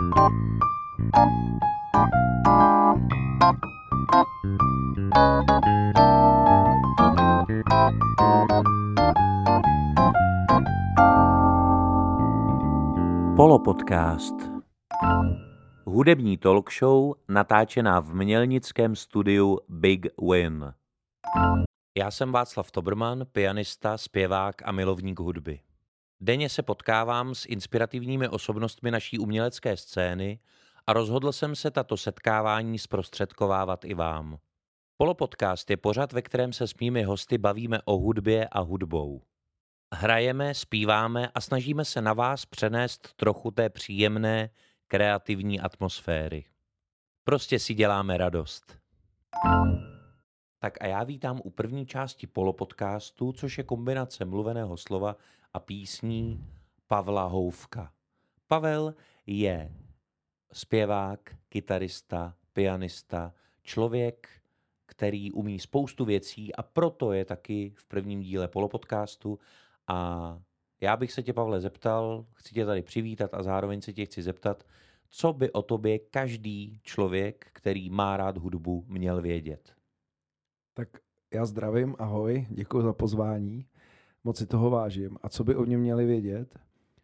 Polopodcast. Hudební talk show natáčená v mělnickém studiu Big Win. Já jsem Václav Toberman, pianista, zpěvák a milovník hudby. Denně se potkávám s inspirativními osobnostmi naší umělecké scény a rozhodl jsem se tato setkávání zprostředkovávat i vám. Polopodcast je pořad, ve kterém se s mými hosty bavíme o hudbě a hudbou. Hrajeme, zpíváme a snažíme se na vás přenést trochu té příjemné, kreativní atmosféry. Prostě si děláme radost. Tak a já vítám u první části polopodcastu, což je kombinace mluveného slova a písní Pavla Houfka. Pavel je zpěvák, kytarista, pianista, člověk, který umí spoustu věcí a proto je taky v prvním díle polopodcastu. A já bych se tě, Pavle, zeptal, chci tě tady přivítat a zároveň se tě chci zeptat, co by o tobě každý člověk, který má rád hudbu, měl vědět. Tak já zdravím, ahoj, děkuji za pozvání, moc si toho vážím. A co by o mě měli vědět?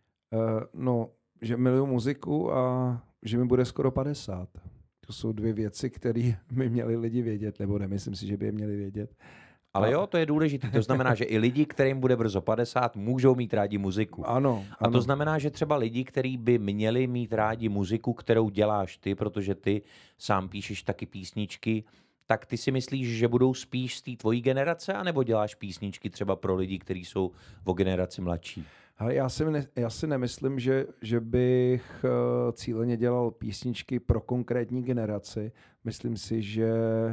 Že miluju muziku a že mi bude skoro 50. To jsou dvě věci, které by měli lidi vědět, nebo nemyslím si, že by je měli vědět. Ale jo, to je důležité. To znamená, že i lidi, kterým bude brzo 50, můžou mít rádi muziku. Ano. A to znamená, že třeba lidi, kteří by měli mít rádi muziku, kterou děláš ty, protože ty sám píšeš taky písničky, tak ty si myslíš, že budou spíš z té tvojí generace, anebo děláš písničky třeba pro lidi, kteří jsou o generaci mladší? Ale já si nemyslím, že bych cíleně dělal písničky pro konkrétní generaci. Myslím si, že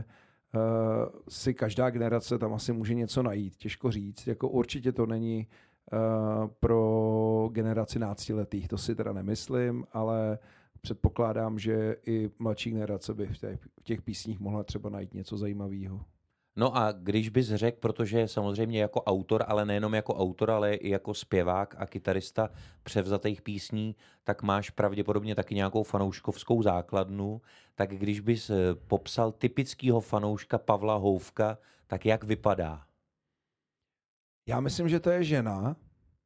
si každá generace tam asi může něco najít. Těžko říct. Jako určitě to není pro generaci náctiletých. To si teda nemyslím, ale předpokládám, že i mladší generace by v těch písních mohla třeba najít něco zajímavého. No a když bys řekl, protože samozřejmě jako autor, ale nejenom jako autor, ale i jako zpěvák a kytarista převzatých písní, tak máš pravděpodobně taky nějakou fanouškovskou základnu. Tak když bys popsal typického fanouška Pavla Houfka, tak jak vypadá? Já myslím, že to je žena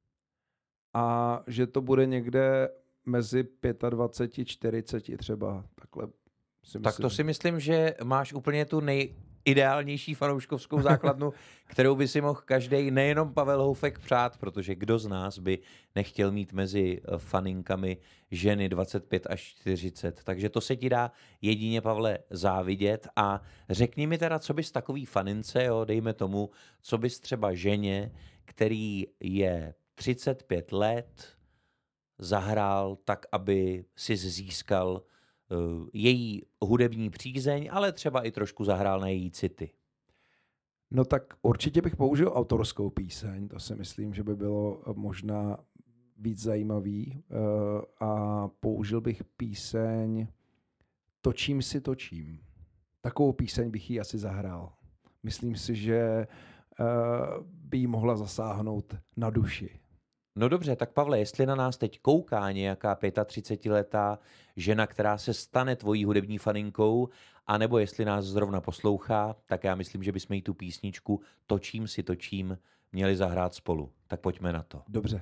a že to bude někde mezi 25 a 40 třeba. Takhle si tak to si myslím, že máš úplně tu ideálnější fanouškovskou základnu, kterou by si mohl každý, nejenom Pavel Houfek, přát, protože kdo z nás by nechtěl mít mezi faninkami ženy 25 až 40. Takže to se ti dá jedině, Pavle, závidět. A řekni mi teda, co bys takový fanince, jo, dejme tomu, co bys třeba ženě, který je 35 let, zahrál tak, aby si získal její hudební přízeň, ale třeba i trošku zahrál na její city. No tak určitě bych použil autorskou píseň, to si myslím, že by bylo možná víc zajímavý. A použil bych píseň Točím si točím. Takovou píseň bych jí asi zahrál. Myslím si, že by jí mohla zasáhnout na duši. No dobře, tak Pavle, jestli na nás teď kouká nějaká 35letá žena, která se stane tvojí hudební faninkou, anebo jestli nás zrovna poslouchá, tak já myslím, že bychom jí tu písničku Točím si točím měli zahrát spolu. Tak pojďme na to. Dobře.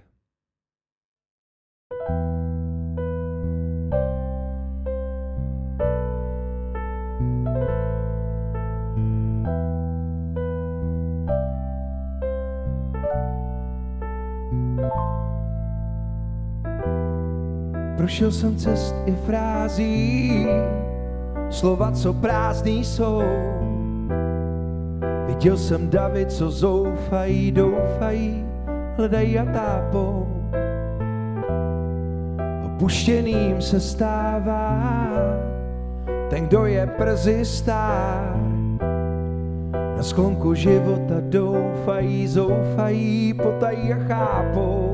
Prošel jsem cest i frází, slova, co prázdný jsou. Viděl jsem davy, co zoufají, doufají, hledají a tápou. Opuštěným se stává ten, kdo je brzy stár. Na sklonku života doufají, zoufají, potají a chápou.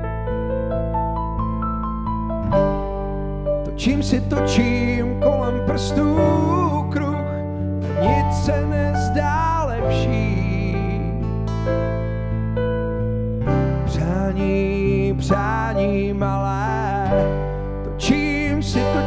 Točím si točím kolem prstů kruh, nic se nezdá lepší. Přání malé, točím si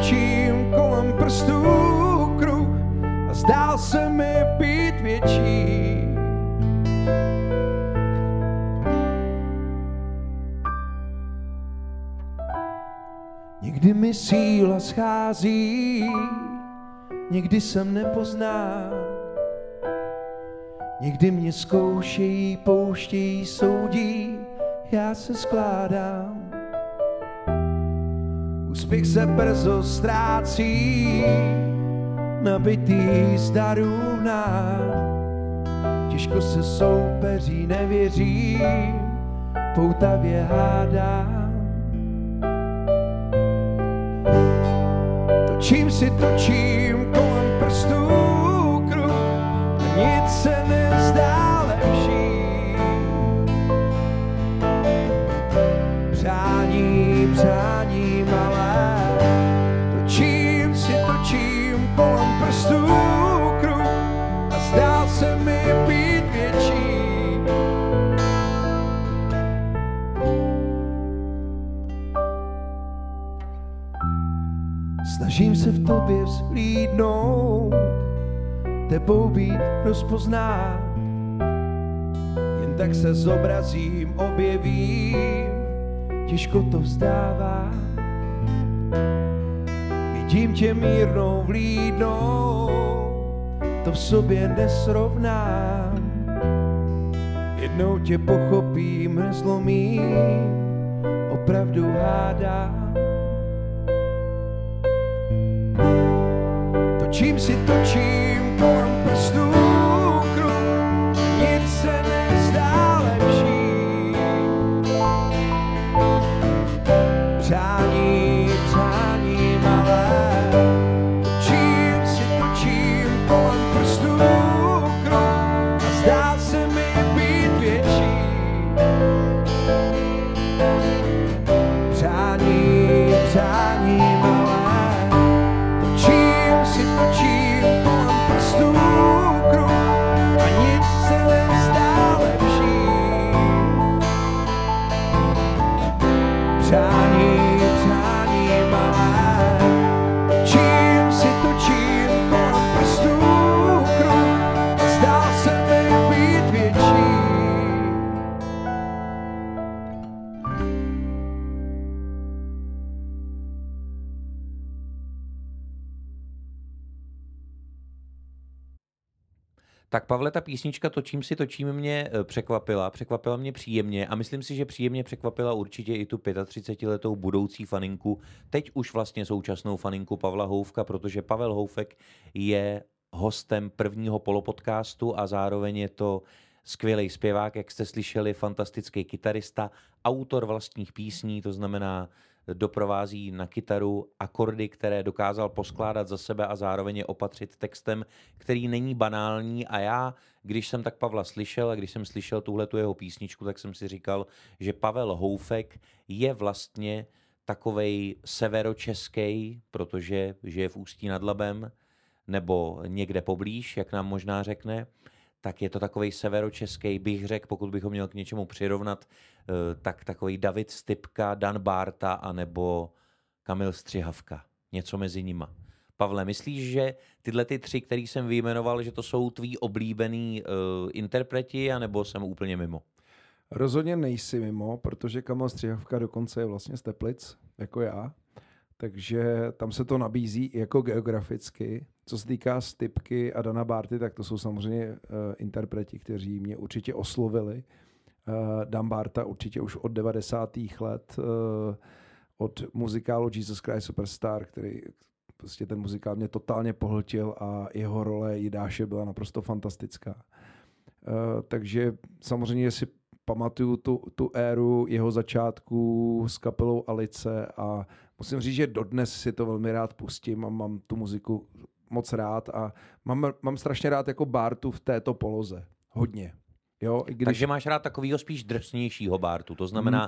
Někdy mi síla schází, někdy jsem nepoznám. Někdy mě zkoušejí, pouštějí, soudí, já se skládám. Úspěch se brzo ztrácí, nabitý z darů nám. Těžko se soupeří, nevěřím, poutavě hádám. Točím si točím kolem prstů kruh a nic se nezdá lepší. Přání malé, točím si točím kolem prstů kruh a zdál se mi být větší. Snažím se v tobě vzhlídnout, tebou být rozpoznán. Jen tak se zobrazím, objevím, těžko to vzdává. Vidím tě mírnou vlídnou, to v sobě nesrovnám. Jednou tě pochopím, nezlomím, opravdu hádám. Točím si točím kolem prstů kruh, nic se nezdá lepší. Přání malé, točím si točím kolem prstů kruh a zdá se mi být větší. Přání malé, točím si točím kolem prstů kruh a nic se nezdá lepší. Přání malé, točím si točím kolem prstů kruh a zdál se mi být větší. Tak Pavle, ta písnička Točím mě překvapila mě příjemně a myslím si, že příjemně překvapila určitě i tu 35letou budoucí faninku, teď už vlastně současnou faninku Pavla Houfka, protože Pavel Houfek je hostem prvního polopodcastu a zároveň je to skvělý zpěvák, jak jste slyšeli, fantastický kytarista, autor vlastních písní, to znamená doprovází na kytaru akordy, které dokázal poskládat za sebe a zároveň je opatřit textem, který není banální. A já, když jsem tak Pavla slyšel a když jsem slyšel tuhletu jeho písničku, tak jsem si říkal, že Pavel Houfek je vlastně takovej severočeský, protože žije v Ústí nad Labem nebo někde poblíž, jak nám možná řekne, tak je to takovej severočeský, bych řekl, pokud bych ho měl k něčemu přirovnat, tak takový David Stypka, Dan Bárta anebo Kamil Střihavka. Něco mezi nima. Pavle, myslíš, že tyhle ty tři, který jsem vyjmenoval, že to jsou tví oblíbený interpreti, anebo jsem úplně mimo? Rozhodně nejsi mimo, protože Kamil Střihavka dokonce je vlastně z Teplic, jako já. Takže tam se to nabízí jako geograficky. Co se týká Stypky a Dana Bárty, tak to jsou samozřejmě interpreti, kteří mě určitě oslovili. Dan Bárta určitě už od 90. let, od muzikálu Jesus Christ Superstar, který prostě ten muzikál mě totálně pohltil a jeho role Jidáše byla naprosto fantastická. Takže samozřejmě si pamatuju tu éru jeho začátku s kapelou Alice a musím říct, že dodnes si to velmi rád pustím a mám tu muziku moc rád a mám strašně rád jako Bártu v této poloze. Hodně. Jo, Takže máš rád takovýho spíš drsnějšího Bártu, to znamená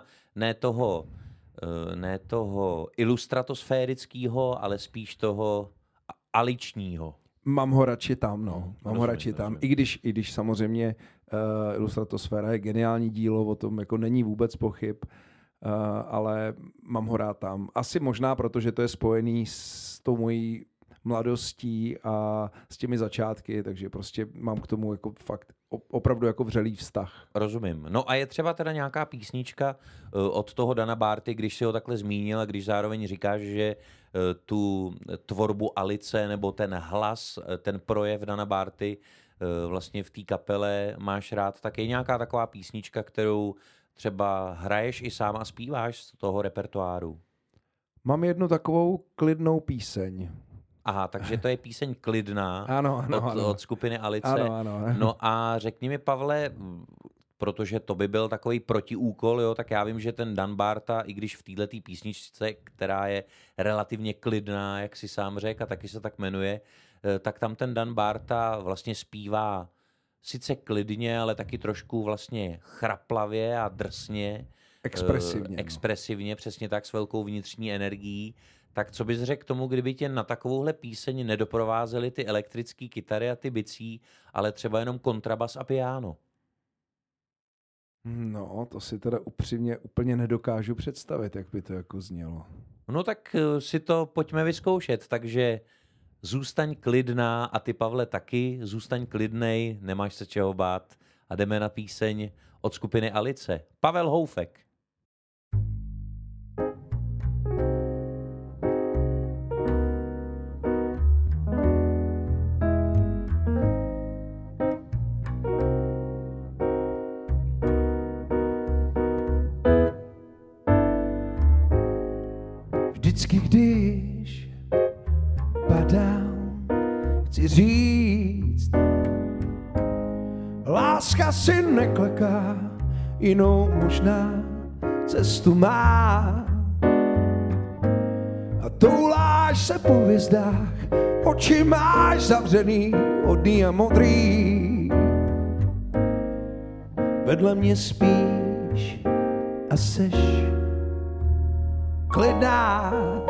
ne toho ilustratosférického, ale spíš toho aličního. Mám ho radši tam, no. Mám ho radši tam. I když samozřejmě Ilustratosféra je geniální dílo, o tom jako není vůbec pochyb, ale mám ho rád tam. Asi možná, protože to je spojený s tou mojí mladostí a s těmi začátky, takže prostě mám k tomu jako fakt opravdu jako vřelý vztah. Rozumím. No a je třeba teda nějaká písnička od toho Dana Barty, když si ho takhle zmínil a když zároveň říkáš, že tu tvorbu Alice nebo ten hlas, ten projev Dana Barty vlastně v té kapele máš rád, tak je nějaká taková písnička, kterou třeba hraješ i sám a zpíváš z toho repertoáru? Mám jednu takovou klidnou píseň. Aha, takže to je píseň klidná ano. Od skupiny Alice. Ano. No a řekni mi, Pavle, protože to by byl takový protiúkol, jo, tak já vím, že ten Dan Barta, i když v této písničce, která je relativně klidná, jak si sám řekl, a taky se tak jmenuje, tak tam ten Dan Barta vlastně zpívá sice klidně, ale taky trošku vlastně chraplavě a drsně. Expresivně, přesně tak, s velkou vnitřní energií. Tak co bys řekl k tomu, kdyby tě na takovouhle píseň nedoprovázely ty elektrické kytary a ty bicí, ale třeba jenom kontrabas a piano? No, to si teda upřímně úplně nedokážu představit, jak by to jako znělo. No tak si to pojďme vyzkoušet, takže zůstaň klidná a ty, Pavle, taky zůstaň klidnej, nemáš se čeho bát a jdeme na píseň od skupiny Alice. Pavel Houfek. Vždycky, když padám, chci říct, láska si nekleká, jinou možná cestu má. A touláš se po hvězdách, oči máš zavřený, hodný a modrý. Vedle mě spíš a seš klidná.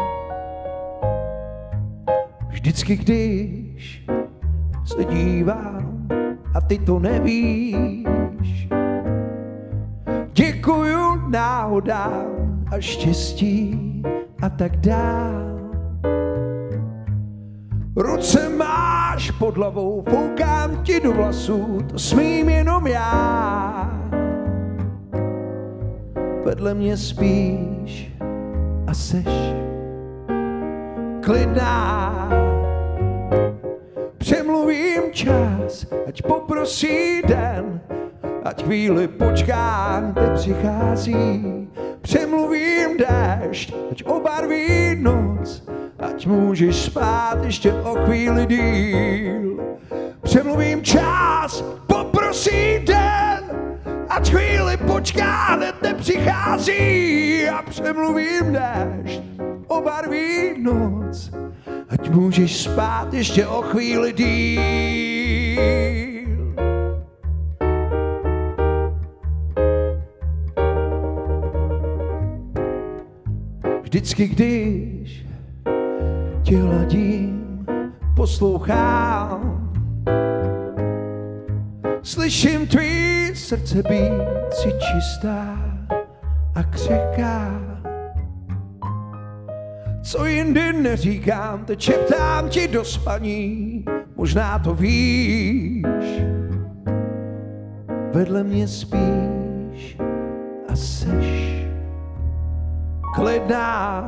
Vždycky, když se dívám a ty to nevíš, děkuju náhodám a štěstí a tak dál. Ruce máš pod hlavou, foukám ti do vlasů, to smím jenom já. Vedle mě spíš a seš klidná. Přemluvím čas, ať poprosí den, ať chvíli počká, nepřichází. Přemluvím déšť, ať obarví noc, ať můžeš spát ještě o chvíli díl. Přemluvím čas, poprosí den, ať chvíli počká, hned nepřichází. A přemluvím déšť, obarví noc, ať můžeš spát ještě o chvíli díl. Vždycky, když tě hladím, poslouchám, slyším tvý srdce být si čistá a křehká. Co jindy neříkám, teď šeptám ti do spaní, možná to víš. Vedle mě spíš a seš klidná.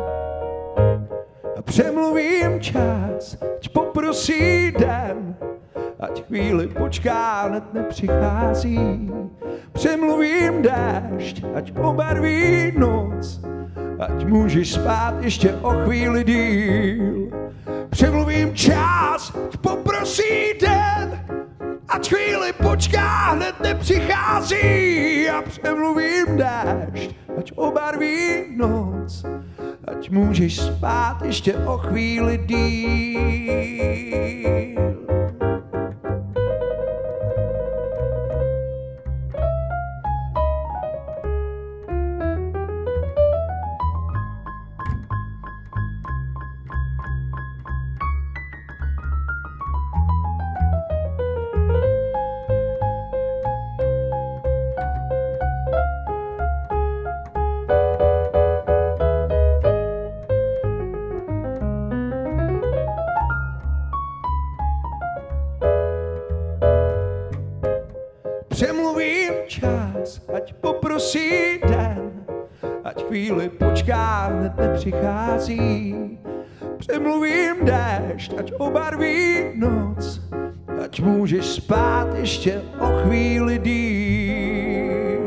A přemluvím čas, ať poprosí den, ať chvíli počká, hned nepřichází. Přemluvím déšť, ať obarví noc, ať můžeš spát ještě o chvíli díl. Přemluvím čas, ať poprosí den, ať chvíli počká, hned nepřichází. A přemluvím déšť, ať obarví noc, ať můžeš spát ještě o chvíli díl. čas, ať poprosí den, ať chvíli počká, hned nepřichází. Přemluvím déšť, ať obarví noc, ať můžeš spát ještě o chvíli díl.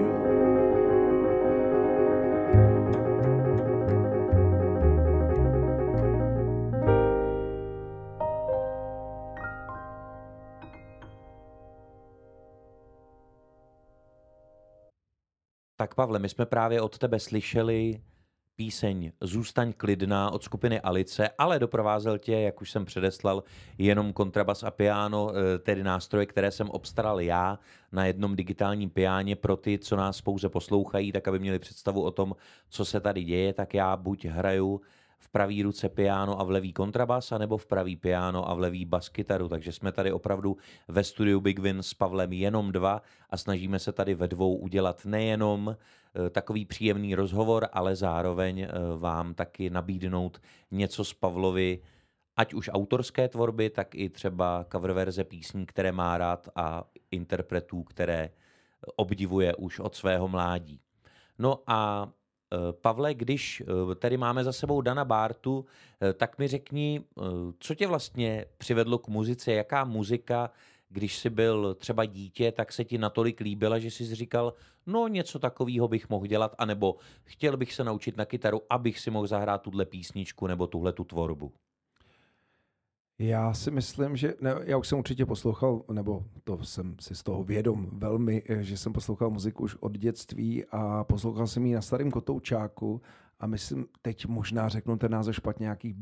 Tak Pavle, my jsme právě od tebe slyšeli píseň Zůstaň klidná od skupiny Alice, ale doprovázel tě, jak už jsem předeslal, jenom kontrabas a piano, tedy nástroje, které jsem obstaral já na jednom digitálním piáně pro ty, co nás pouze poslouchají, tak aby měli představu o tom, co se tady děje, tak já buď hraju v pravý ruce piano a v levý kontrabas, anebo v pravý piano a v levý baskytaru. Takže jsme tady opravdu ve studiu Big Win s Pavlem jenom dva a snažíme se tady ve dvou udělat nejenom takový příjemný rozhovor, ale zároveň vám taky nabídnout něco z Pavlovy, ať už autorské tvorby, tak i třeba cover verze písní, které má rád a interpretů, které obdivuje už od svého mládí. No a Pavle, když tady máme za sebou Dana Bártu, tak mi řekni, co tě vlastně přivedlo k muzice, jaká muzika, když jsi byl třeba dítě, tak se ti natolik líbila, že jsi říkal, no něco takového bych mohl dělat, anebo chtěl bych se naučit na kytaru, abych si mohl zahrát tuhle písničku nebo tuhle tu tvorbu. Já si myslím, že já už jsem určitě poslouchal, nebo to jsem si z toho vědom velmi, že jsem poslouchal muziku už od dětství a poslouchal jsem ji na starém kotoučáku a myslím, teď možná řeknu ten název špatně, nějaký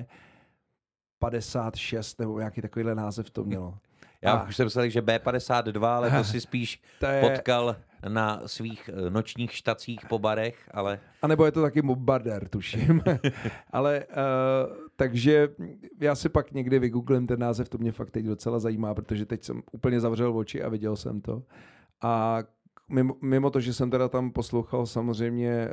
B56 nebo nějaký takovýhle název to mělo. Já už jsem myslel, že B52, ale to si spíš potkal na svých nočních štacích po barech, ale... A nebo je to taky Bombardér, tuším. Ale takže já si pak někdy vygooglím ten název, to mě fakt teď docela zajímá, protože teď jsem úplně zavřel oči a viděl jsem to. A mimo to, že jsem teda tam poslouchal samozřejmě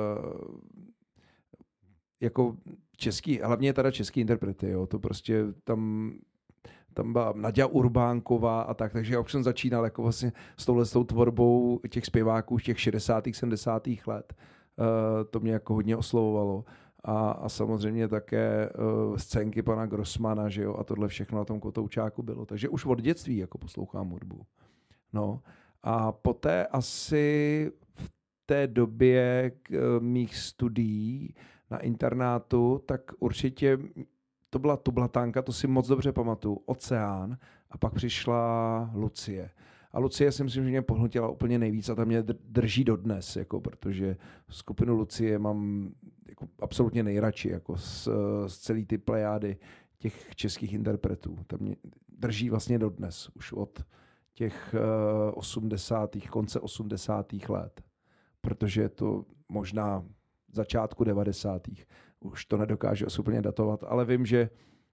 jako český, hlavně teda český interprety, jo, to prostě tam byla Naďa Urbánková a tak, takže já už jsem začínal jako vlastně s touhletou tvorbou těch zpěváků těch 60. 70. let. To mě jako hodně oslovovalo. A samozřejmě také scénky pana Grossmana, že jo, a tohle všechno na tom kotoučáku bylo. Takže už od dětství jako poslouchám hudbu. No. A poté asi v té době mých studií na internátu, tak určitě to byla Tublatánka, to si moc dobře pamatuju, Oceán a pak přišla Lucie. A Lucie si myslím, že mě pohltila úplně nejvíc a ta mě drží dodnes, jako, protože skupinu Lucie mám jako absolutně nejradši jako z celé ty plejády těch českých interpretů. Ta mě drží vlastně dodnes, už od těch 80. konce 80. let, protože je to možná začátku 90. Už to nedokážu asi úplně datovat, ale vím, že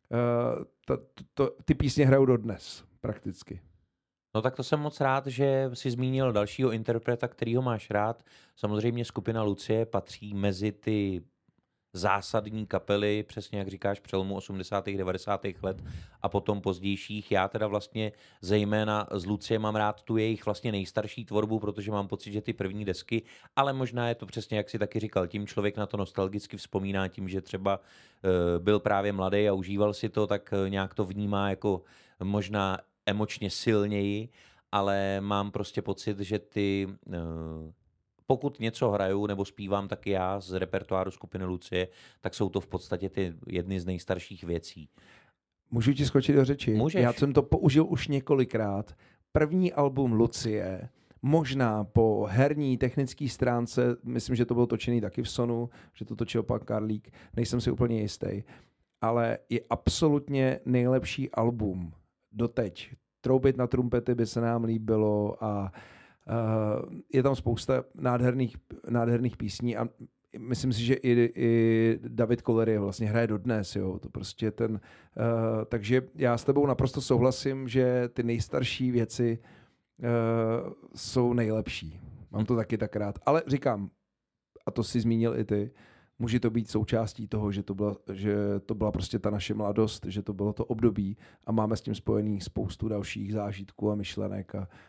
ty písně hrajou dodnes prakticky. No tak to jsem moc rád, že jsi zmínil dalšího interpreta, kterýho máš rád. Samozřejmě skupina Lucie patří mezi ty zásadní kapely, přesně jak říkáš, přelomu 80. 90. let a potom pozdějších. Já teda vlastně zejména z Lucie mám rád tu jejich vlastně nejstarší tvorbu, protože mám pocit, že ty první desky, ale možná je to přesně, jak si taky říkal, tím člověk na to nostalgicky vzpomíná tím, že třeba byl právě mladý a užíval si to, tak nějak to vnímá jako možná emočně silněji, ale mám prostě pocit, že ty... Pokud něco hraju nebo zpívám taky já z repertoáru skupiny Lucie, tak jsou to v podstatě ty jedny z nejstarších věcí. Můžu ti skočit do řeči? Můžeš. Já jsem to použil už několikrát. První album Lucie, možná po herní technické stránce, myslím, že to bylo točený taky v Sonu, že to točil pan Karlík, nejsem si úplně jistý, ale je absolutně nejlepší album doteď. Troubit na trumpety by se nám líbilo a je tam spousta nádherných písní a myslím si, že i David Koller vlastně hraje dodnes, jo, to prostě takže já s tebou naprosto souhlasím, že ty nejstarší věci jsou nejlepší. Mám to taky tak rád, ale říkám, a to si zmínil i ty, může to být součástí toho, že to byla prostě ta naše mladost, že to bylo to období a máme s tím spojený spoustu dalších zážitků a myšlenek a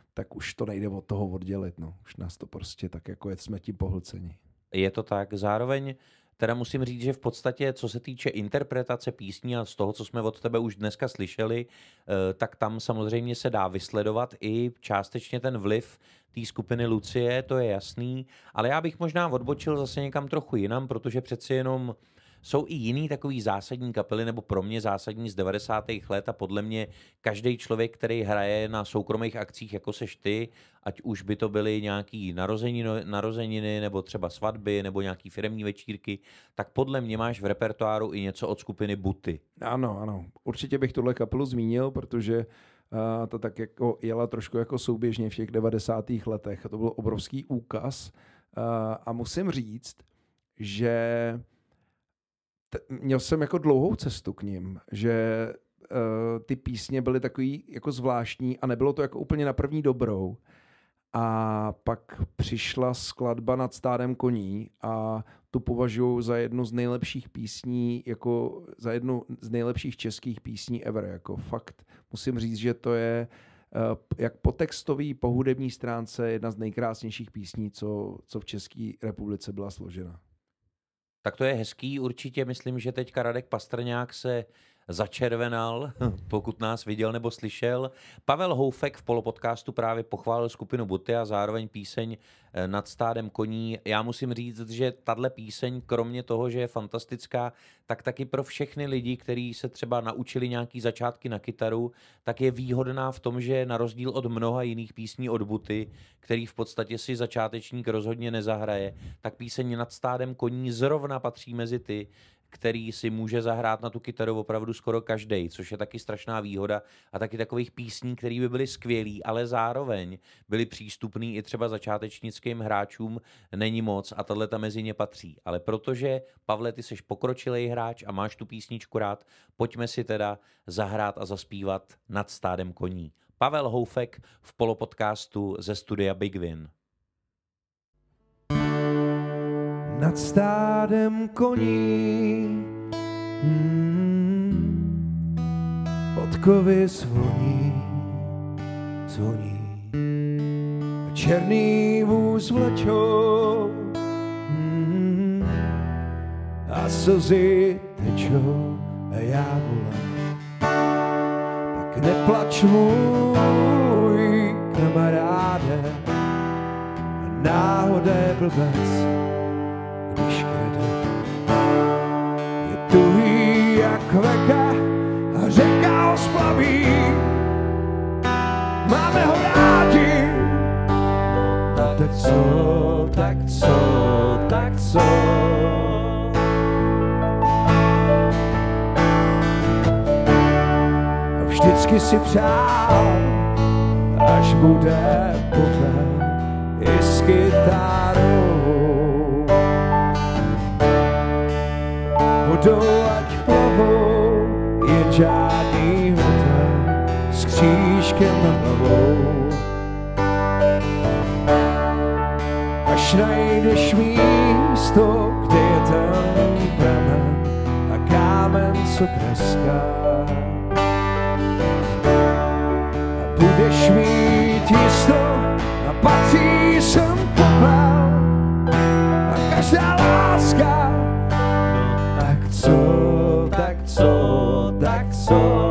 tak už to nejde od toho oddělit. No. Už nás to prostě tak jako jsme tím pohlceni. Je to tak. Zároveň teda musím říct, že v podstatě, co se týče interpretace písní a z toho, co jsme od tebe už dneska slyšeli, tak tam samozřejmě se dá vysledovat i částečně ten vliv té skupiny Lucie, to je jasný, ale já bych možná odbočil zase někam trochu jinam, protože přeci jenom jsou i jiný takový zásadní kapely, nebo pro mě zásadní z 90. let a podle mě každý člověk, který hraje na soukromých akcích, jako seš ty, ať už by to byly nějaký narozeniny, nebo třeba svatby, nebo nějaký firemní večírky, tak podle mě máš v repertoáru i něco od skupiny Buty. Ano. Určitě bych tuhle kapelu zmínil, protože to tak jako jela trošku jako souběžně v těch 90. letech. To byl obrovský úkaz a musím říct, že měl jsem jako dlouhou cestu k nim, že ty písně byly takový jako zvláštní a nebylo to jako úplně na první dobrou. A pak přišla skladba Nad stádem koní a tu považuji za jednu z nejlepších písní, jako za jednu z nejlepších českých písní ever. Jako fakt musím říct, že to je jak po textový, po hudební stránce jedna z nejkrásnějších písní, co v České republice byla složena. Tak to je hezký, určitě myslím, že teďka Radek Pastrňák se začervenal, pokud nás viděl nebo slyšel. Pavel Houfek v Polopodcastu právě pochválil skupinu Buty a zároveň píseň Nad stádem koní. Já musím říct, že tahle píseň, kromě toho, že je fantastická, tak taky pro všechny lidi, kteří se třeba naučili nějaký začátky na kytaru, tak je výhodná v tom, že na rozdíl od mnoha jiných písní od Buty, který v podstatě si začátečník rozhodně nezahraje, tak píseň Nad stádem koní zrovna patří mezi ty, který si může zahrát na tu kytaru opravdu skoro každej, což je taky strašná výhoda a taky takových písní, které by byly skvělý, ale zároveň byly přístupný i třeba začátečnickým hráčům, není moc a tato mezi ně patří. Ale protože, Pavle, ty seš pokročilej hráč a máš tu písničku rád, pojďme si teda zahrát a zaspívat Nad stádem koní. Pavel Houfek v Polopodcastu ze studia Big Win. Nad stádem koní podkovy zvoní černý vůz vlečou a slzy tečou a já volám. Tak neplač, můj kamaráde, náhoda je blbec, když krade. Je tuhý jak veka a řeka ho splaví. Máme ho rádi. No tak co? A vždycky si přál, až bude popel i s kytarou. Vodou ať plavou, je žádný hotel s křížkem nad hlavou. Až najdeš místo, kde je ten pramen a kámen, co treská. A budeš mít jisto a patří sem popel a každá láska. Tak co?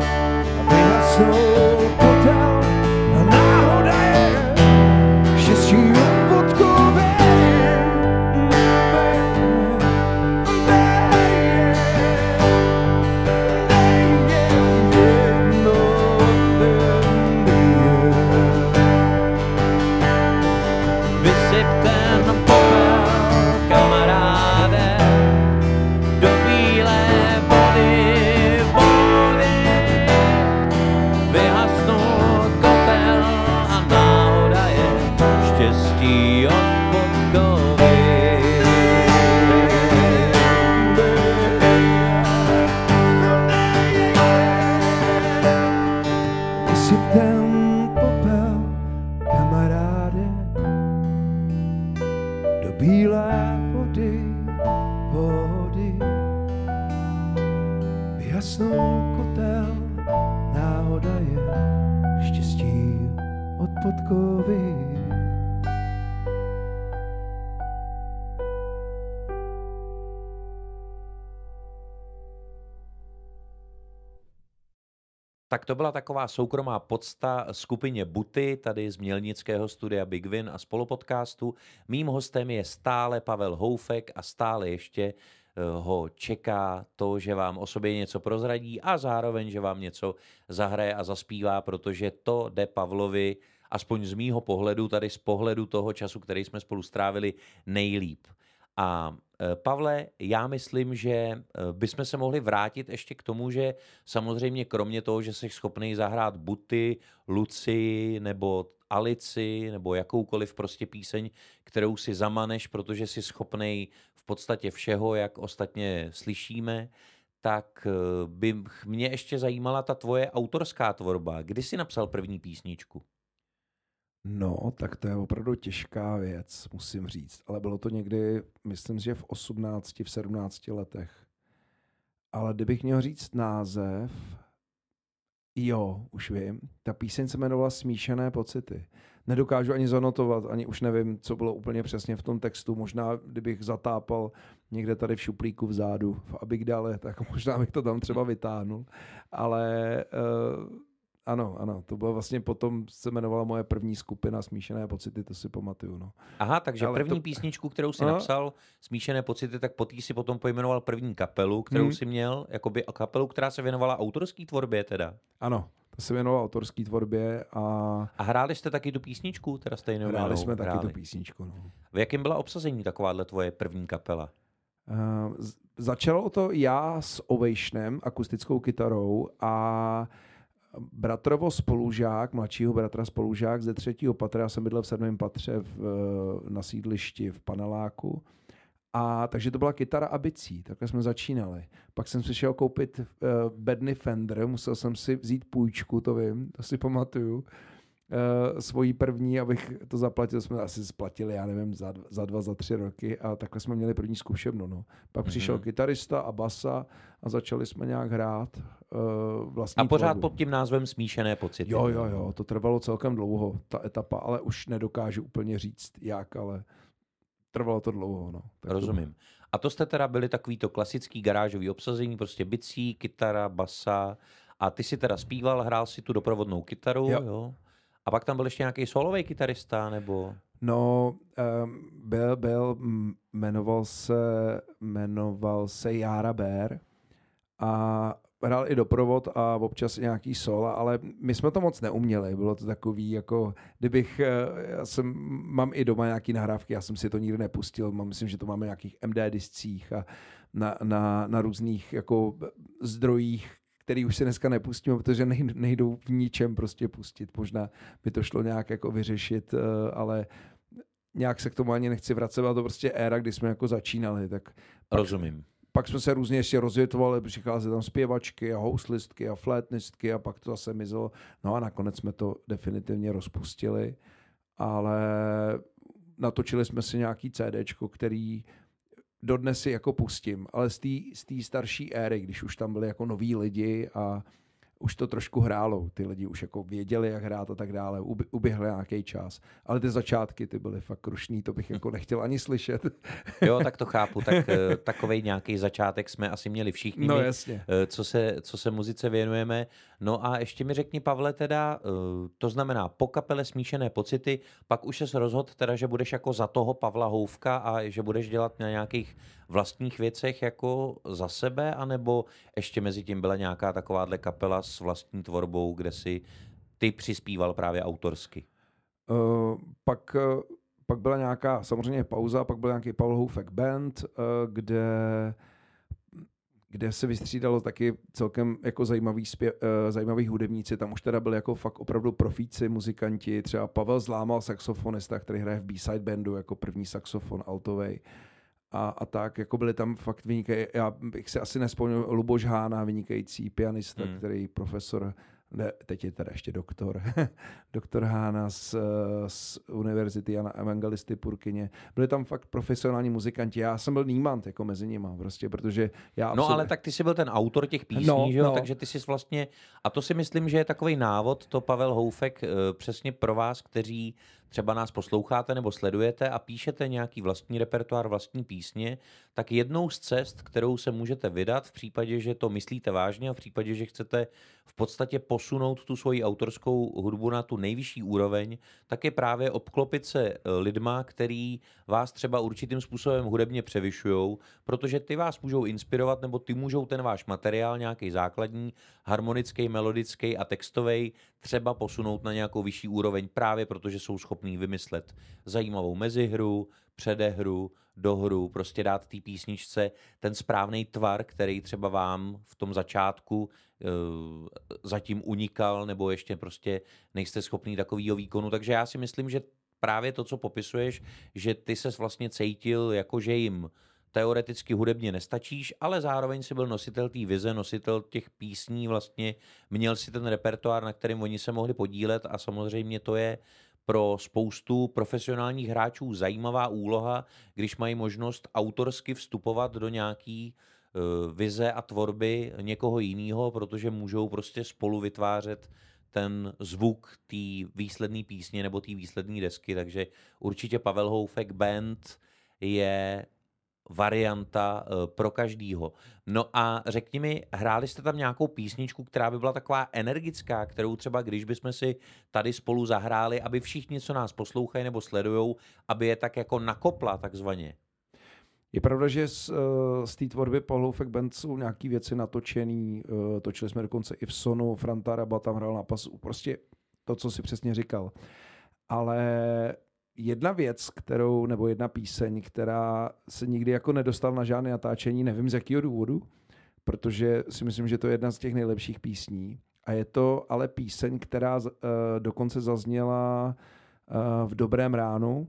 Štěstí vyhasnul kotel, náhoda je štěstí od podkovy. Tak to byla taková soukromá podsta skupině Buty, tady z mělnického studia Big Win a spolupodcastu. Mým hostem je stále Pavel Houfek a stále ještě ho čeká to, že vám o sobě něco prozradí a zároveň, že vám něco zahraje a zaspívá, protože to jde Pavlovi, aspoň z mýho pohledu, tady z pohledu toho času, který jsme spolu strávili, nejlíp. A Pavle, já myslím, že bychom se mohli vrátit ještě k tomu, že samozřejmě kromě toho, že jsi schopný zahrát Buty, Lucii nebo Alici nebo jakoukoliv prostě píseň, kterou si zamaneš, protože jsi schopný v podstatě všeho, jak ostatně slyšíme, tak by mě ještě zajímala ta tvoje autorská tvorba. Kdy jsi napsal první písničku? No, tak to je opravdu těžká věc, musím říct. Ale bylo to někdy, myslím, že v 18, v 17 letech. Ale kdybych měl říct název, jo, už vím. Ta píseň se jmenovala Smíšené pocity. Nedokážu ani zanotovat, ani už nevím, co bylo úplně přesně v tom textu. Možná, kdybych zatápal někde tady v šuplíku vzadu, v Abigdale, tak možná bych to tam třeba vytáhnul. Ale ano, to bylo vlastně potom se jmenovala moje první skupina Smíšené pocity, to si pamatuju. No. Aha, takže ale první písničku, kterou si napsal, Smíšené pocity, tak po té si potom pojmenoval první kapelu, kterou si měl, jakoby kapelu, která se věnovala autorské tvorbě teda. Ano, to se věnovala autorské tvorbě A hráli jste taky tu písničku, teda stejnou? Hráli jsme taky tu písničku, no. V jakém byla obsazení takováhle tvoje první kapela? Začalo to já s Ovationem, akustickou kytarou a bratrovo spolužák, mladšího bratra spolužák ze 3. patra, já jsem bydlel v 7. patře na sídlišti v paneláku. A takže to byla kytara a bicí, takhle jsme začínali. Pak jsem si šel koupit bedny Fender, musel jsem si vzít půjčku, to vím, to si pamatuju. Svojí první, abych to zaplatil, jsme asi splatili, já nevím, za 2, za 3 roky a takhle jsme měli první zkušebnu. No. Pak přišel kytarista a basa a začali jsme nějak hrát vlastní A pořád tvorbu. pod tím názvem Smíšené pocity. Jo, to trvalo celkem dlouho, ta etapa, ale už nedokážu úplně říct jak, ale trvalo to dlouho. No. Tak rozumím. A to jste teda byli takovýto klasický garážový obsazení, prostě bicí, kytara, basa a ty si teda zpíval, hrál si tu doprovodnou kytaru, jo? A pak tam byl ještě nějaký solový kytarista, nebo? No, byl, jmenoval se Jára Bér a hrál i doprovod a občas nějaký solo, ale my jsme to moc neuměli, bylo to takový, jako kdybych, mám i doma nějaký nahrávky, já jsem si to nikdy nepustil, myslím, že to máme na nějakých MD discích a na různých jako zdrojích, který už si dneska nepustíme, protože nejdou v ničem prostě pustit. Možná by to šlo nějak jako vyřešit, ale nějak se k tomu ani nechci vracet. Byla to prostě éra, kdy jsme jako začínali. Tak rozumím. Pak jsme se různě ještě rozvětvovali, přicházely tam zpěvačky a houslistky a flétnistky a pak to zase mizelo. No a nakonec jsme to definitivně rozpustili, ale natočili jsme si nějaký CDčko, který dodnes si jako pustím, ale z té starší éry, když už tam byli jako noví lidi a už to trošku hrálo, ty lidi už jako věděli, jak hrát a tak dále, uběhl nějaký čas. Ale ty začátky, ty byly fakt krušný, to bych jako nechtěl ani slyšet. Jo, tak to chápu, tak takovej nějaký začátek jsme asi měli všichni, no, jasně. Co se muzice věnujeme. No a ještě mi řekni, Pavle, teda, to znamená po kapele Smíšené pocity, pak už se rozhodl teda, že budeš jako za toho Pavla Houfka a že budeš dělat na nějakých vlastních věcech jako za sebe, anebo ještě mezi tím byla nějaká takováhle kapela s vlastní tvorbou, kde si ty přispíval právě autorsky? Pak byla nějaká samozřejmě pauza, pak byl nějaký Pavel Houfek Band, kde se vystřídalo taky celkem jako zajímavý hudebníci. Tam už teda byli jako fakt opravdu profíci, muzikanti. Třeba Pavel Zlámal, saxofonista, který hraje v B-side bandu jako první saxofon altovej. A tak, jako byli tam fakt vynikající. Já bych si asi nespomněl Luboš Hána, vynikající pianista, který profesor Ne, teď je teda ještě doktor Hána z Univerzity Jana Evangelisty Purkyně. Byli tam fakt profesionální muzikanti. Já jsem byl nímant jako mezi nima, prostě, protože já... No ale tak ty jsi byl ten autor těch písní, že jo? Takže ty jsi vlastně... A to si myslím, že je takovej návod, to Pavel Houfek přesně pro vás, kteří třeba nás posloucháte nebo sledujete a píšete nějaký vlastní repertoár, vlastní písně, tak jednou z cest, kterou se můžete vydat v případě, že to myslíte vážně a v případě, že chcete v podstatě posunout tu svoji autorskou hudbu na tu nejvyšší úroveň, tak je právě obklopit se lidma, který vás třeba určitým způsobem hudebně převyšujou, protože ty vás můžou inspirovat nebo ty můžou ten váš materiál, nějaký základní, harmonický, melodický a textový, třeba posunout na nějakou vyšší úroveň právě protože jsou schopní vymyslet zajímavou mezihru, předehru, dohru, prostě dát té písničce ten správný tvar, který třeba vám v tom začátku zatím unikal, nebo ještě prostě nejste schopný takovýho výkonu. Takže já si myslím, že právě to, co popisuješ, že ty ses vlastně cítil jako, že jim teoreticky hudebně nestačíš, ale zároveň si byl nositel té vize, nositel těch písní, vlastně měl si ten repertoár, na kterým oni se mohli podílet a samozřejmě to je pro spoustu profesionálních hráčů zajímavá úloha, když mají možnost autorsky vstupovat do nějaký vize a tvorby někoho jiného, protože můžou prostě spolu vytvářet ten zvuk té výsledné písně nebo té výsledné desky, takže určitě Pavel Houfek Band je varianta pro každýho. No a řekni mi, hráli jste tam nějakou písničku, která by byla taková energická, kterou třeba když bychom si tady spolu zahráli, aby všichni, co nás poslouchají nebo sledujou, aby je tak jako nakopla takzvaně? Je pravda, že z té tvorby Pavel Houfek Band jsou nějaké věci natočený, točili jsme dokonce i v Sonu, Franta Raba tam hrál na pasu, prostě to, co si přesně říkal. Ale jedna věc, nebo jedna píseň, která se nikdy jako nedostala na žádné natáčení, nevím z jakého důvodu, protože si myslím, že to je jedna z těch nejlepších písní. A je to ale píseň, která dokonce zazněla v Dobrém ránu,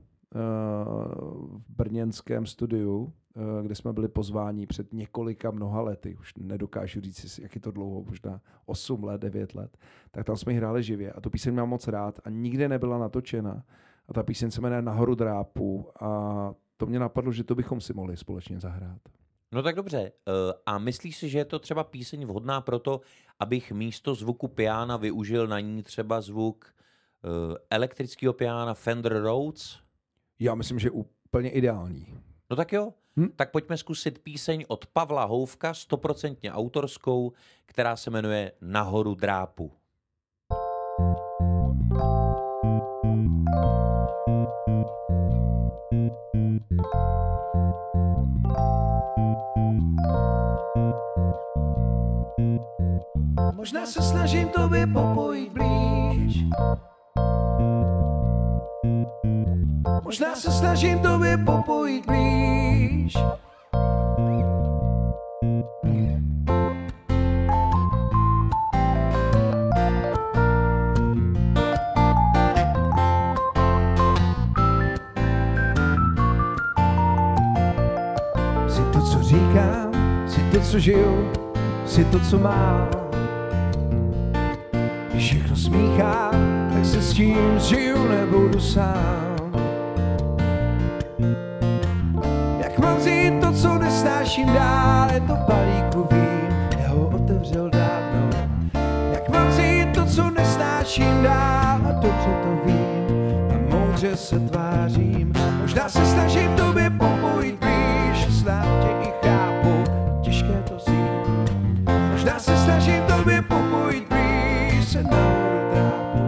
v brněnském studiu, kde jsme byli pozváni před několika mnoha lety, už nedokážu říct, jak je to dlouho, možná 8 let, 9 let, tak tam jsme hráli živě a tu píseň mám moc rád a nikde nebyla natočena. A ta píseň se jmenuje Nahoru drápu a to mě napadlo, že to bychom si mohli společně zahrát. No tak dobře. A myslíš si, že je to třeba píseň vhodná pro to, abych místo zvuku piana využil na ní třeba zvuk elektrického piana Fender Rhodes? Já myslím, že úplně ideální. No tak jo. Tak pojďme zkusit píseň od Pavla Houfka, 100% autorskou, která se jmenuje Nahoru drápu. Možná se snažím tobě popojit blíž. Možná se snažím tobě popojit blíž. Jsi to, co říkám, jsi to, co žiju, jsi to, co mám. Když všechno smíchám, tak se s tím žiju, nebudu sám. Jak mám vzít to, co nesnáším dál, je to v balíku vín, já ho otevřel dávno. Jak mám vzít to, co nesnáším dál, a dobře to vím, a moudře se tvářím. Možná se snažím tobě popojit blíž, snad tě i chápu, těžké to vzít. Možná se snažím tobě popojit blíž, se nahoru drápu.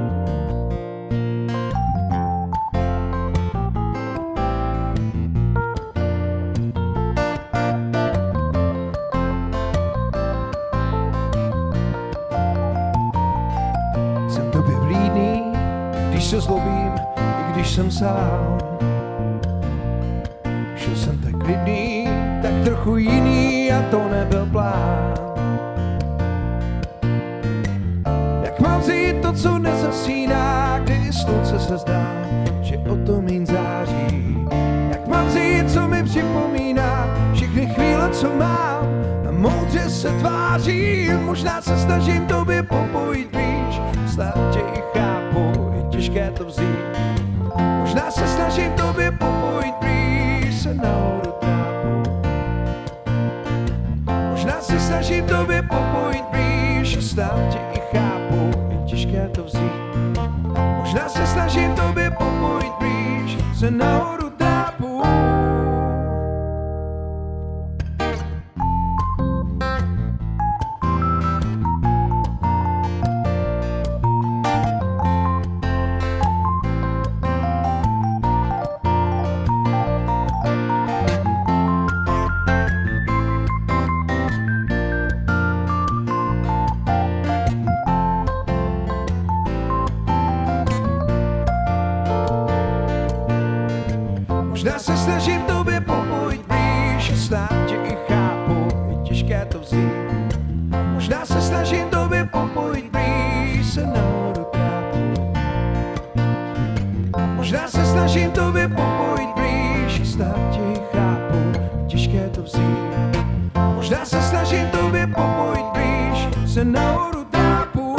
Jsem tobě vlídný, když se zlobím, i když jsem sám. Šel jsem tak klidný, tak trochu jiný a to nebyl plán. Jak mám vzít to, co nezasíná, kdy slunce se zdá, že o to míň září. Jak mám vzít, co mi připomíná všechny chvíle, co mám, a moudře se tvářím. Možná se snažím tobě popojit blíž, snad tě i chápu, je těžké to vzít. Možná se snažím tobě popojit blíž, se nahoru tápu. Možná se snažím tobě popojit blíž, snad tě i chápu, je těžké to vzít. Možná se snažím tobě popojit blíž, se nahoru tápu. Možná se snažím tobě popojit blíž, snad tě i chápu, je těžké to vzít. Možná se snažím tobě popojit blíž, se nahoru tápu. Možná se snažím tobě popojit blíž, snad tě i chápu, je těžké to vzít. Možná se snažím tobě popojit blíž, se nahoru tápu.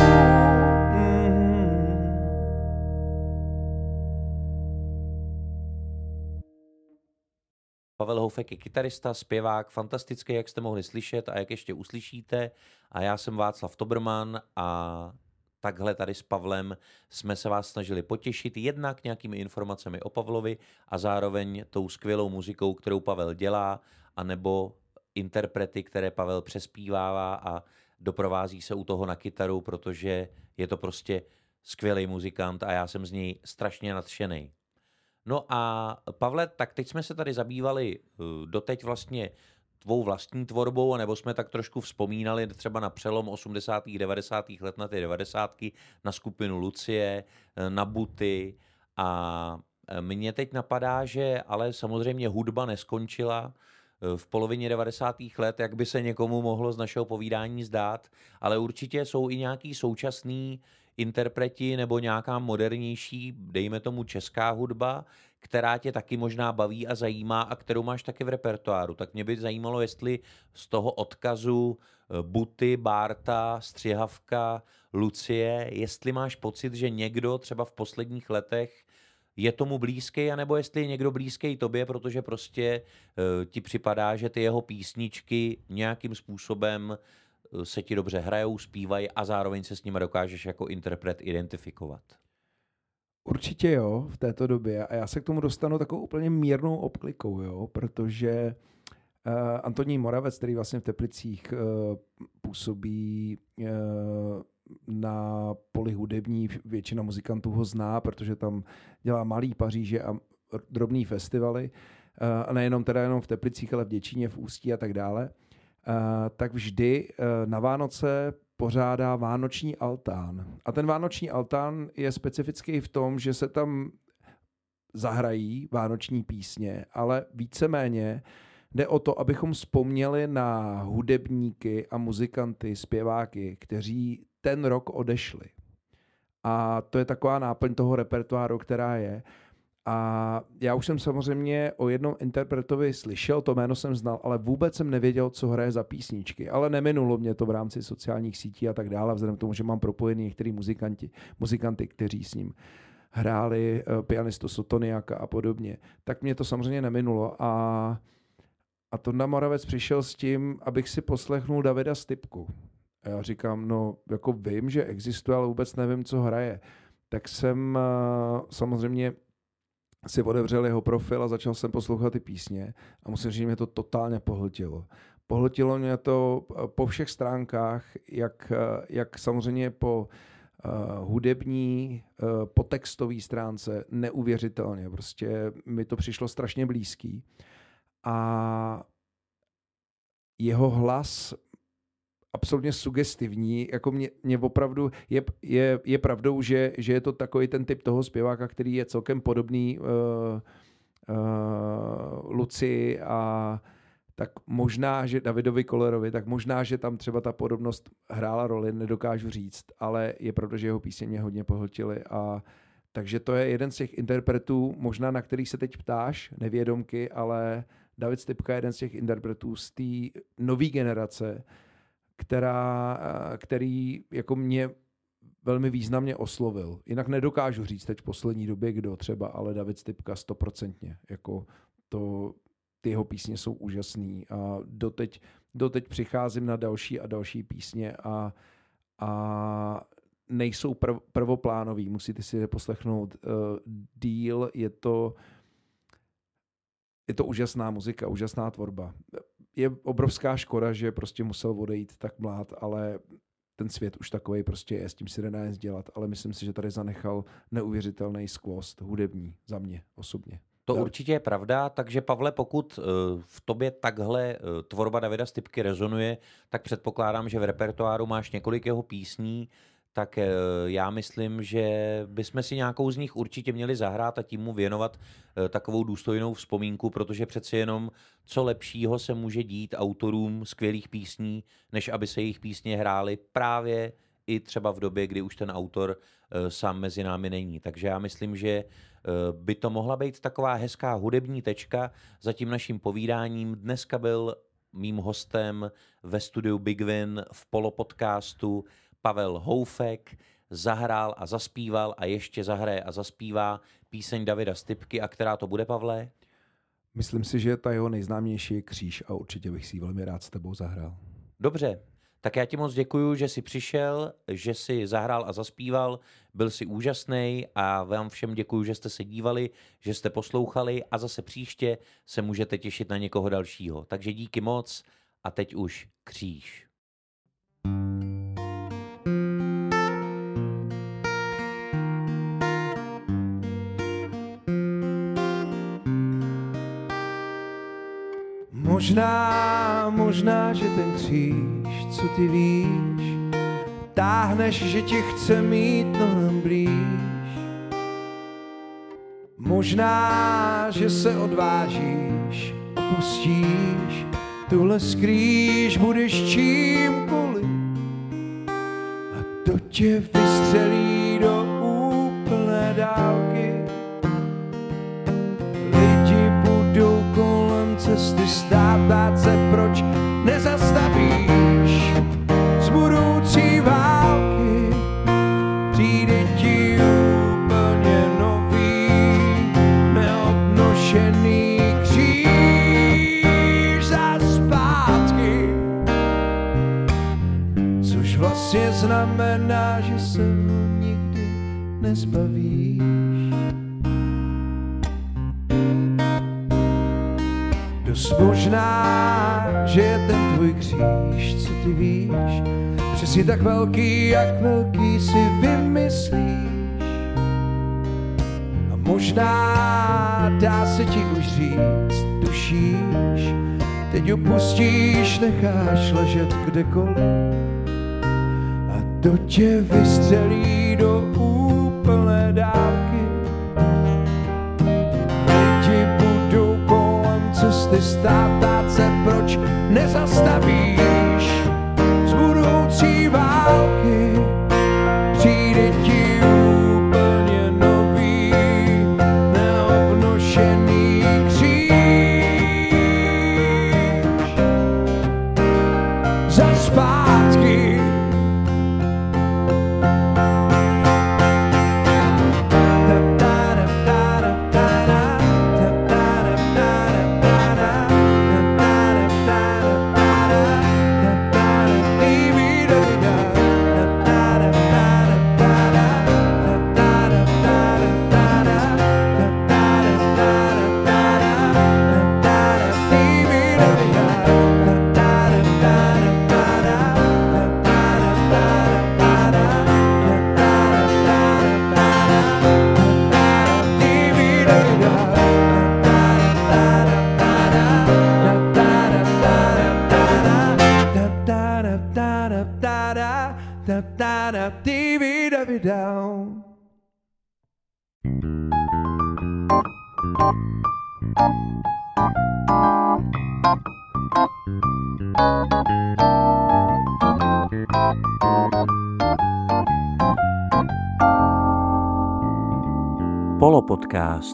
Pavel Houfek je kytarista, zpěvák, fantastický, jak jste mohli slyšet a jak ještě uslyšíte. A já jsem Václav Toberman a takhle tady s Pavlem jsme se vás snažili potěšit jednak nějakými informacemi o Pavlovi a zároveň tou skvělou muzikou, kterou Pavel dělá, anebo interprety, které Pavel přespívává a doprovází se u toho na kytaru, protože je to prostě skvělý muzikant a já jsem z něj strašně nadšený. No a Pavle, tak teď jsme se tady zabývali doteď vlastně tvou vlastní tvorbou, anebo jsme tak trošku vzpomínali třeba na přelom 80. 90. let na ty 90. na skupinu Lucie, na Buty a mně teď napadá, že ale samozřejmě hudba neskončila v polovině 90. let, jak by se někomu mohlo z našeho povídání zdát, ale určitě jsou i nějaký současný interpreti nebo nějaká modernější, dejme tomu česká hudba, která tě taky možná baví a zajímá a kterou máš taky v repertoáru. Tak mě by zajímalo, jestli z toho odkazu Buty, Bárta, Střihavka, Lucie, jestli máš pocit, že někdo třeba v posledních letech je tomu blízký, anebo jestli je někdo blízký tobě, protože prostě ti připadá, že ty jeho písničky nějakým způsobem se ti dobře hrajou, zpívají a zároveň se s nimi dokážeš jako interpret identifikovat. Určitě jo, v této době. A já se k tomu dostanu takovou úplně mírnou obklikou, jo, protože Antonín Moravec, který vlastně v Teplicích působí na poli hudební, většina muzikantů ho zná, protože tam dělá Malý Paříže a drobný festivaly, a nejenom teda jenom v Teplicích, ale v Děčíně, v Ústí a tak dále, tak vždy na Vánoce pořádá vánoční altán. A ten vánoční altán je specifický v tom, že se tam zahrají vánoční písně, ale víceméně jde o to, abychom vzpomněli na hudebníky a muzikanty, zpěváky, kteří ten rok odešli. A to je taková náplň toho repertoáru, která je. A já už jsem samozřejmě o jednom interpretovi slyšel, to jméno jsem znal, ale vůbec jsem nevěděl, co hraje za písničky. Ale neminulo mě to v rámci sociálních sítí a tak dále, vzhledem k tomu, že mám propojený některý muzikanty, kteří s ním hráli, pianistu Sotoniaka a podobně. Tak mě to samozřejmě neminulo. A Tonda Moravec přišel s tím, abych si poslechnul Davida Stypku. A já říkám, no jako vím, že existuje, ale vůbec nevím, co hraje. Tak jsem samozřejmě si otevřel jeho profil a začal jsem poslouchat ty písně a musím říct, že mě to totálně pohltilo. Pohltilo mě to po všech stránkách, jak samozřejmě po hudební, po textové stránce neuvěřitelně. Prostě mi to přišlo strašně blízký. A jeho hlas absolutně sugestivní, jako mě opravdu je pravdou, že je to takový ten typ toho zpěváka, který je celkem podobný Lucii a tak možná, že Davidovi Kollerovi, tak možná, že tam třeba ta podobnost hrála roli, nedokážu říct, ale je pravda, že jeho písně mě hodně pohltily a takže to je jeden z těch interpretů, možná na kterých se teď ptáš, nevědomky, ale David Stypka je jeden z těch interpretů z té nové generace, který jako mě velmi významně oslovil. Jinak nedokážu říct teď v poslední době kdo třeba, ale David Stypka 100%. Jako ty jeho písně jsou úžasný a doteď přicházím na další a další písně a nejsou prvoplánový. Musíte si je poslechnout. Deal je to úžasná muzika, úžasná tvorba. Je obrovská škoda, že prostě musel odejít tak mlád, ale ten svět už takovej prostě je, s tím si nedá nic dělat, ale myslím si, že tady zanechal neuvěřitelný skvost hudební za mě osobně. To určitě je pravda, takže Pavle, pokud v tobě takhle tvorba Davida Stypky rezonuje, tak předpokládám, že v repertoáru máš několik jeho písní, tak já myslím, že bychom si nějakou z nich určitě měli zahrát a tím mu věnovat takovou důstojnou vzpomínku, protože přeci jenom co lepšího se může dít autorům skvělých písní, než aby se jejich písně hrály právě i třeba v době, kdy už ten autor sám mezi námi není. Takže já myslím, že by to mohla být taková hezká hudební tečka za tím naším povídáním. Dneska byl mým hostem ve studiu Big Win v Polopodcastu Pavel Houfek, zahrál a zaspíval a ještě zahraje a zaspívá píseň Davida Stypky. A která to bude, Pavle? Myslím si, že ta jeho nejznámější je Kříž a určitě bych si ji velmi rád s tebou zahrál. Dobře, tak já ti moc děkuju, že jsi přišel, že jsi zahrál a zaspíval, byl jsi úžasný a vám všem děkuju, že jste se dívali, že jste poslouchali a zase příště se můžete těšit na někoho dalšího. Takže díky moc a teď už Kříž. Možná, že ten kříž, co ty víš, táhneš, že tě chce mít mnohem blíž. Možná, že se odvážíš, opustíš tuhle skrýš, budeš čímkoliv a to tě vystřelí do úplné dálky. Lidi budou kolem cesty stát, ptát se, proč nezastavíš z budoucí války. Přijde ti úplně nový, neobnošený kříž za zpátky, což vlastně znamená, že se nikdy nezbavíš. Dost možná, že je ten tvůj kříž, co ty víš, přesně tak velký, jak velký si vymyslíš. A možná dá se ti už říct, tušíš, teď opustíš, necháš ležet kdekoliv a to tě vystřelí do úplné dálky. Cesty stát, ptát se, proč nezastavíš z budoucí války. Přijde ti úplně nový, neobnošený kříž za zpátky. Polopodcast.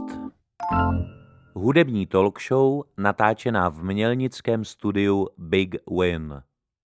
Hudební talk show natáčená v mělnickém studiu Big Win.